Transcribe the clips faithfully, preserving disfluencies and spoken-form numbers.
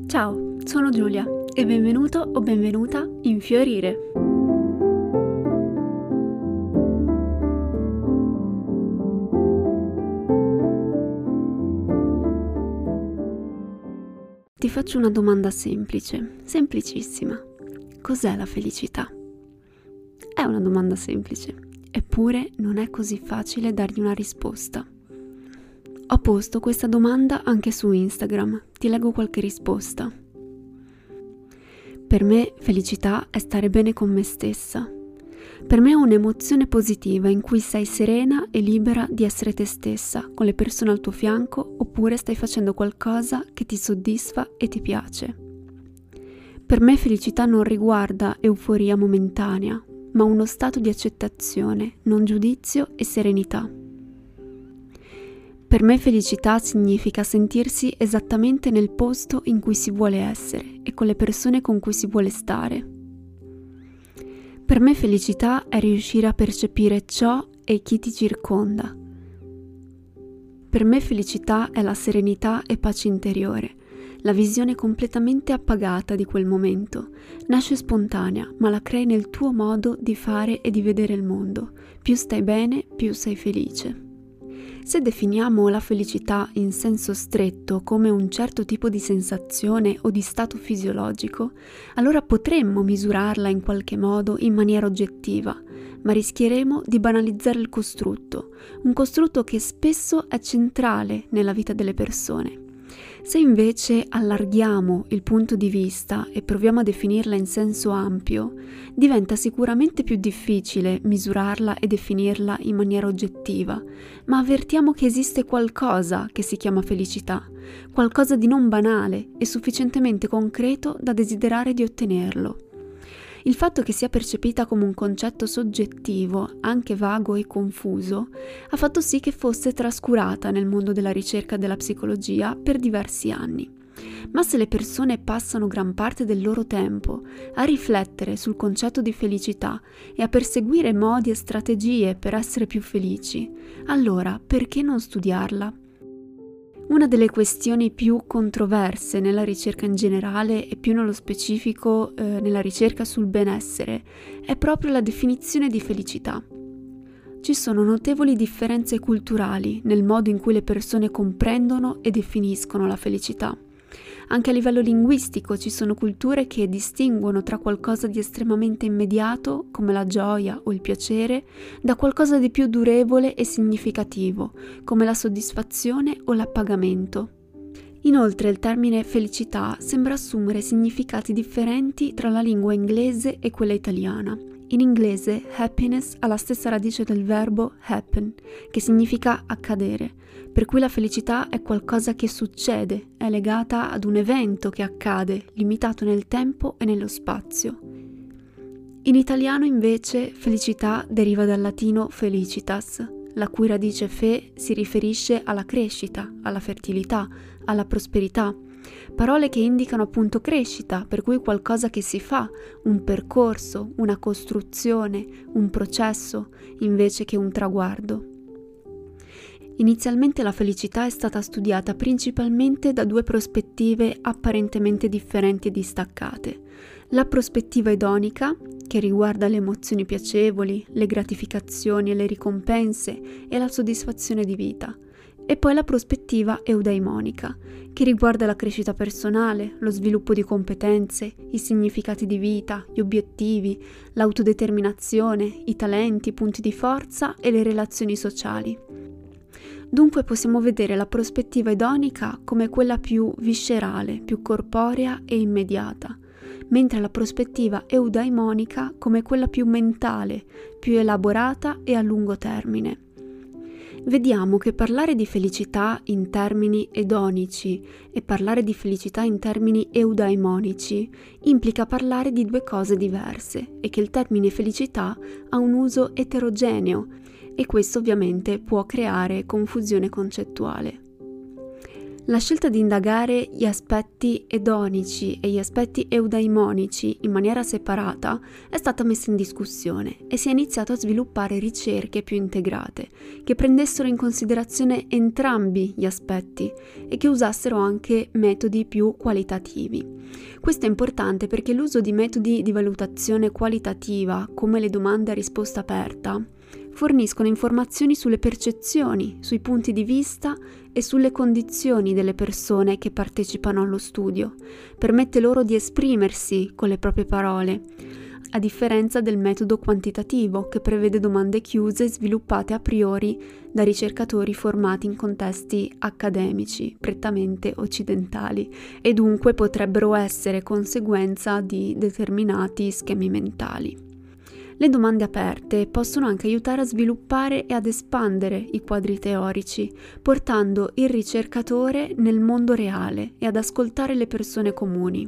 Ciao, sono Giulia e benvenuto o benvenuta in Fiorire. Ti faccio una domanda semplice, semplicissima. Cos'è la felicità? È una domanda semplice, eppure non è così facile dargli una risposta. Ho posto questa domanda anche su Instagram, ti leggo qualche risposta. Per me felicità è stare bene con me stessa. Per me è un'emozione positiva in cui sei serena e libera di essere te stessa, con le persone al tuo fianco, oppure stai facendo qualcosa che ti soddisfa e ti piace. Per me felicità non riguarda euforia momentanea, ma uno stato di accettazione, non giudizio e serenità. Per me felicità significa sentirsi esattamente nel posto in cui si vuole essere e con le persone con cui si vuole stare. Per me felicità è riuscire a percepire ciò e chi ti circonda. Per me felicità è la serenità e pace interiore, la visione completamente appagata di quel momento. Nasce spontanea, ma la crei nel tuo modo di fare e di vedere il mondo. Più stai bene, più sei felice. Se definiamo la felicità in senso stretto come un certo tipo di sensazione o di stato fisiologico, allora potremmo misurarla in qualche modo in maniera oggettiva, ma rischieremo di banalizzare il costrutto, un costrutto che spesso è centrale nella vita delle persone. Se invece allarghiamo il punto di vista e proviamo a definirla in senso ampio, diventa sicuramente più difficile misurarla e definirla in maniera oggettiva, ma avvertiamo che esiste qualcosa che si chiama felicità, qualcosa di non banale e sufficientemente concreto da desiderare di ottenerlo. Il fatto che sia percepita come un concetto soggettivo, anche vago e confuso, ha fatto sì che fosse trascurata nel mondo della ricerca e della psicologia per diversi anni. Ma se le persone passano gran parte del loro tempo a riflettere sul concetto di felicità e a perseguire modi e strategie per essere più felici, allora perché non studiarla? Una delle questioni più controverse nella ricerca in generale e più nello specifico eh, nella ricerca sul benessere è proprio la definizione di felicità. Ci sono notevoli differenze culturali nel modo in cui le persone comprendono e definiscono la felicità. Anche a livello linguistico ci sono culture che distinguono tra qualcosa di estremamente immediato, come la gioia o il piacere, da qualcosa di più durevole e significativo, come la soddisfazione o l'appagamento. Inoltre il termine felicità sembra assumere significati differenti tra la lingua inglese e quella italiana. In inglese happiness ha la stessa radice del verbo happen, che significa accadere, per cui la felicità è qualcosa che succede, è legata ad un evento che accade, limitato nel tempo e nello spazio. In italiano invece felicità deriva dal latino felicitas, la cui radice fe si riferisce alla crescita, alla fertilità, alla prosperità. Parole che indicano appunto crescita, per cui qualcosa che si fa, un percorso, una costruzione, un processo, invece che un traguardo. Inizialmente la felicità è stata studiata principalmente da due prospettive apparentemente differenti e distaccate. La prospettiva edonica, che riguarda le emozioni piacevoli, le gratificazioni e le ricompense e la soddisfazione di vita. E poi la prospettiva eudaimonica, che riguarda la crescita personale, lo sviluppo di competenze, i significati di vita, gli obiettivi, l'autodeterminazione, i talenti, i punti di forza e le relazioni sociali. Dunque possiamo vedere la prospettiva edonica come quella più viscerale, più corporea e immediata, mentre la prospettiva eudaimonica come quella più mentale, più elaborata e a lungo termine. Vediamo che parlare di felicità in termini edonici e parlare di felicità in termini eudaimonici implica parlare di due cose diverse e che il termine felicità ha un uso eterogeneo e questo ovviamente può creare confusione concettuale. La scelta di indagare gli aspetti edonici e gli aspetti eudaimonici in maniera separata è stata messa in discussione e si è iniziato a sviluppare ricerche più integrate, che prendessero in considerazione entrambi gli aspetti e che usassero anche metodi più qualitativi. Questo è importante perché l'uso di metodi di valutazione qualitativa, come le domande a risposta aperta, forniscono informazioni sulle percezioni, sui punti di vista e sulle condizioni delle persone che partecipano allo studio. Permette loro di esprimersi con le proprie parole, a differenza del metodo quantitativo che prevede domande chiuse sviluppate a priori da ricercatori formati in contesti accademici prettamente occidentali e dunque potrebbero essere conseguenza di determinati schemi mentali. Le domande aperte possono anche aiutare a sviluppare e ad espandere i quadri teorici, portando il ricercatore nel mondo reale e ad ascoltare le persone comuni.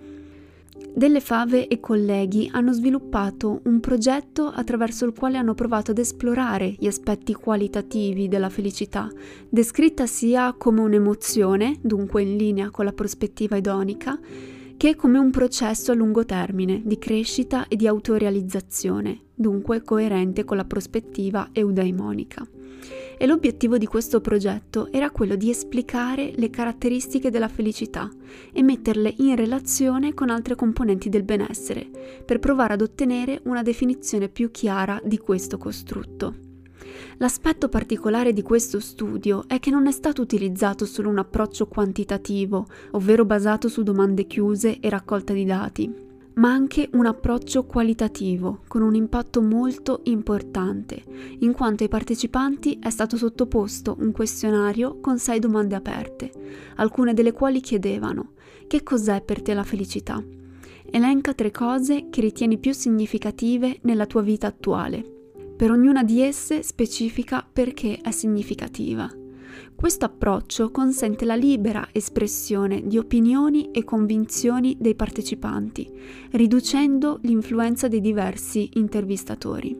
Delle Fave e colleghi hanno sviluppato un progetto attraverso il quale hanno provato ad esplorare gli aspetti qualitativi della felicità, descritta sia come un'emozione, dunque in linea con la prospettiva edonica, che come un processo a lungo termine di crescita e di autorealizzazione, dunque coerente con la prospettiva eudaimonica. E l'obiettivo di questo progetto era quello di esplicare le caratteristiche della felicità e metterle in relazione con altre componenti del benessere, per provare ad ottenere una definizione più chiara di questo costrutto. L'aspetto particolare di questo studio è che non è stato utilizzato solo un approccio quantitativo, ovvero basato su domande chiuse e raccolta di dati, ma anche un approccio qualitativo, con un impatto molto importante, in quanto ai partecipanti è stato sottoposto un questionario con sei domande aperte, alcune delle quali chiedevano: che cos'è per te la felicità? Elenca tre cose che ritieni più significative nella tua vita attuale. Per ognuna di esse specifica perché è significativa. Questo approccio consente la libera espressione di opinioni e convinzioni dei partecipanti, riducendo l'influenza dei diversi intervistatori.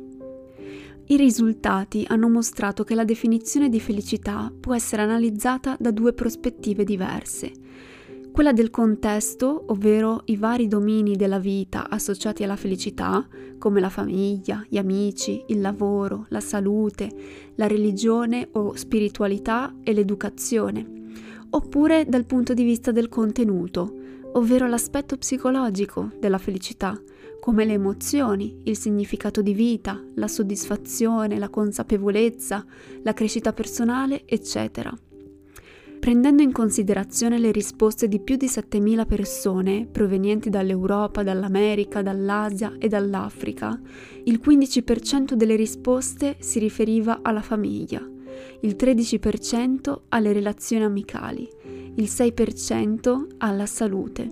I risultati hanno mostrato che la definizione di felicità può essere analizzata da due prospettive diverse. Quella del contesto, ovvero i vari domini della vita associati alla felicità, come la famiglia, gli amici, il lavoro, la salute, la religione o spiritualità e l'educazione, oppure dal punto di vista del contenuto, ovvero l'aspetto psicologico della felicità, come le emozioni, il significato di vita, la soddisfazione, la consapevolezza, la crescita personale, eccetera. Prendendo in considerazione le risposte di più di settemila persone provenienti dall'Europa, dall'America, dall'Asia e dall'Africa, il quindici per cento delle risposte si riferiva alla famiglia, il tredici per cento alle relazioni amicali, il sei per cento alla salute.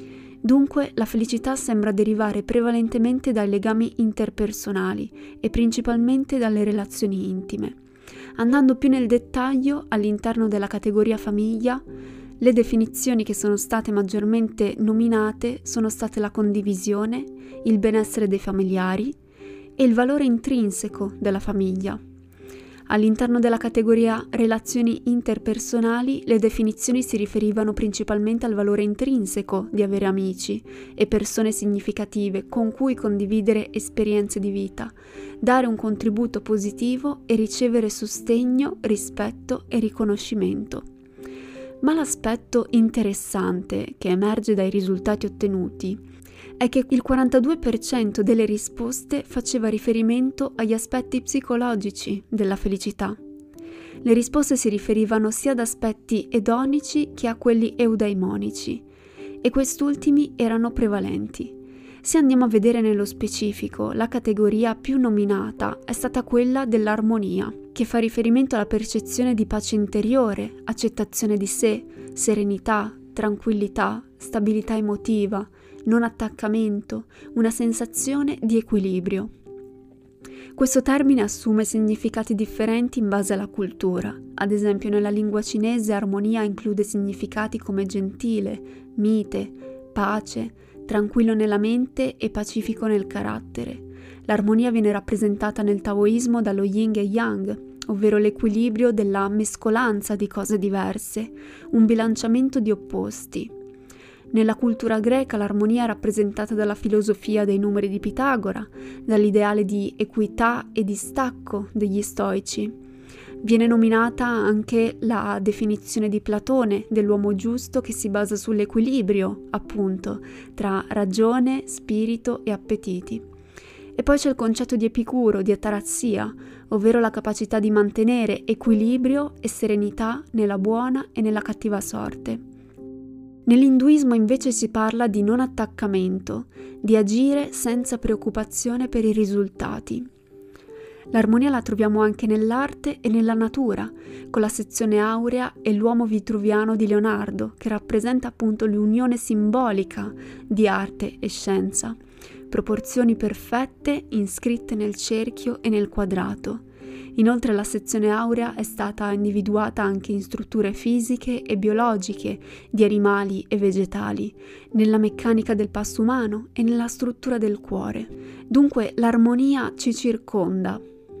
Dunque la felicità sembra derivare prevalentemente dai legami interpersonali e principalmente dalle relazioni intime. Andando più nel dettaglio, all'interno della categoria famiglia, le definizioni che sono state maggiormente nominate sono state la condivisione, il benessere dei familiari e il valore intrinseco della famiglia. All'interno della categoria relazioni interpersonali, le definizioni si riferivano principalmente al valore intrinseco di avere amici e persone significative con cui condividere esperienze di vita, dare un contributo positivo e ricevere sostegno, rispetto e riconoscimento. Ma l'aspetto interessante che emerge dai risultati ottenuti è che il quarantadue per cento delle risposte faceva riferimento agli aspetti psicologici della felicità. Le risposte si riferivano sia ad aspetti edonici che a quelli eudaimonici, e quest'ultimi erano prevalenti. Se andiamo a vedere nello specifico, la categoria più nominata è stata quella dell'armonia, che fa riferimento alla percezione di pace interiore, accettazione di sé, serenità, tranquillità, stabilità emotiva, non attaccamento, una sensazione di equilibrio. Questo termine assume significati differenti in base alla cultura. Ad esempio, nella lingua cinese armonia include significati come gentile, mite, pace, tranquillo nella mente e pacifico nel carattere. L'armonia viene rappresentata nel taoismo dallo yin e yang, ovvero l'equilibrio della mescolanza di cose diverse, un bilanciamento di opposti. Nella cultura greca l'armonia è rappresentata dalla filosofia dei numeri di Pitagora, dall'ideale di equità e distacco degli stoici. Viene nominata anche la definizione di Platone dell'uomo giusto che si basa sull'equilibrio, appunto, tra ragione, spirito e appetiti. E poi c'è il concetto di Epicuro, di atarazia, ovvero la capacità di mantenere equilibrio e serenità nella buona e nella cattiva sorte. Nell'induismo invece si parla di non attaccamento, di agire senza preoccupazione per i risultati. L'armonia la troviamo anche nell'arte e nella natura, con la sezione aurea e l'uomo vitruviano di Leonardo, che rappresenta appunto l'unione simbolica di arte e scienza, proporzioni perfette iscritte nel cerchio e nel quadrato. Inoltre la sezione aurea è stata individuata anche in strutture fisiche e biologiche di animali e vegetali, nella meccanica del passo umano e nella struttura del cuore. Dunque l'armonia ci circonda.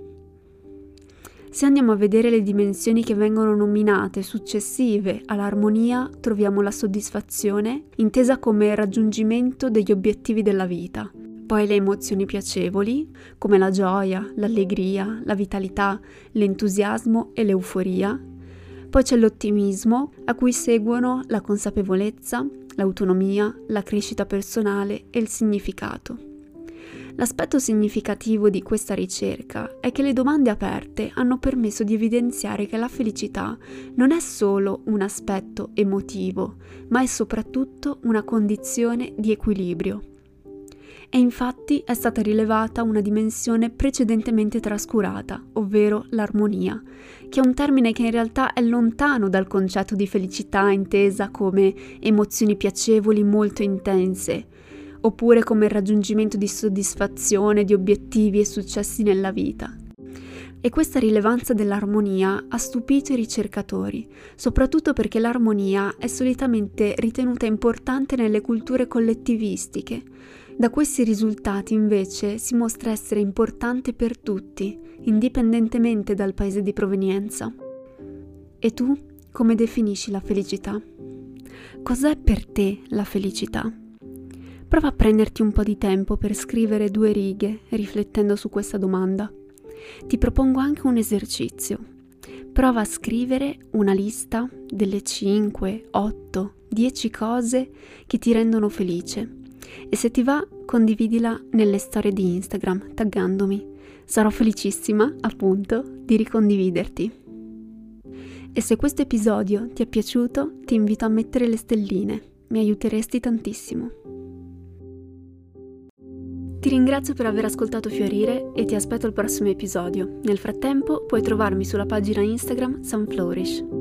Se andiamo a vedere le dimensioni che vengono nominate successive all'armonia, troviamo la soddisfazione, intesa come raggiungimento degli obiettivi della vita. Poi le emozioni piacevoli, come la gioia, l'allegria, la vitalità, l'entusiasmo e l'euforia. Poi c'è l'ottimismo, a cui seguono la consapevolezza, l'autonomia, la crescita personale e il significato. L'aspetto significativo di questa ricerca è che le domande aperte hanno permesso di evidenziare che la felicità non è solo un aspetto emotivo, ma è soprattutto una condizione di equilibrio. E infatti è stata rilevata una dimensione precedentemente trascurata, ovvero l'armonia, che è un termine che in realtà è lontano dal concetto di felicità intesa come emozioni piacevoli molto intense, oppure come il raggiungimento di soddisfazione, di obiettivi e successi nella vita. E questa rilevanza dell'armonia ha stupito i ricercatori, soprattutto perché l'armonia è solitamente ritenuta importante nelle culture collettivistiche. Da questi risultati invece si mostra essere importante per tutti, indipendentemente dal paese di provenienza. E tu come definisci la felicità? Cos'è per te la felicità? Prova a prenderti un po' di tempo per scrivere due righe riflettendo su questa domanda. Ti propongo anche un esercizio. Prova a scrivere una lista delle cinque, otto, dieci cose che ti rendono felice e se ti va condividila nelle storie di Instagram taggandomi. Sarò felicissima, appunto, di ricondividerti. E se questo episodio ti è piaciuto, ti invito a mettere le stelline, mi aiuteresti tantissimo. Ti ringrazio per aver ascoltato Fiorire e ti aspetto al prossimo episodio. Nel frattempo puoi trovarmi sulla pagina Instagram Sunflourish.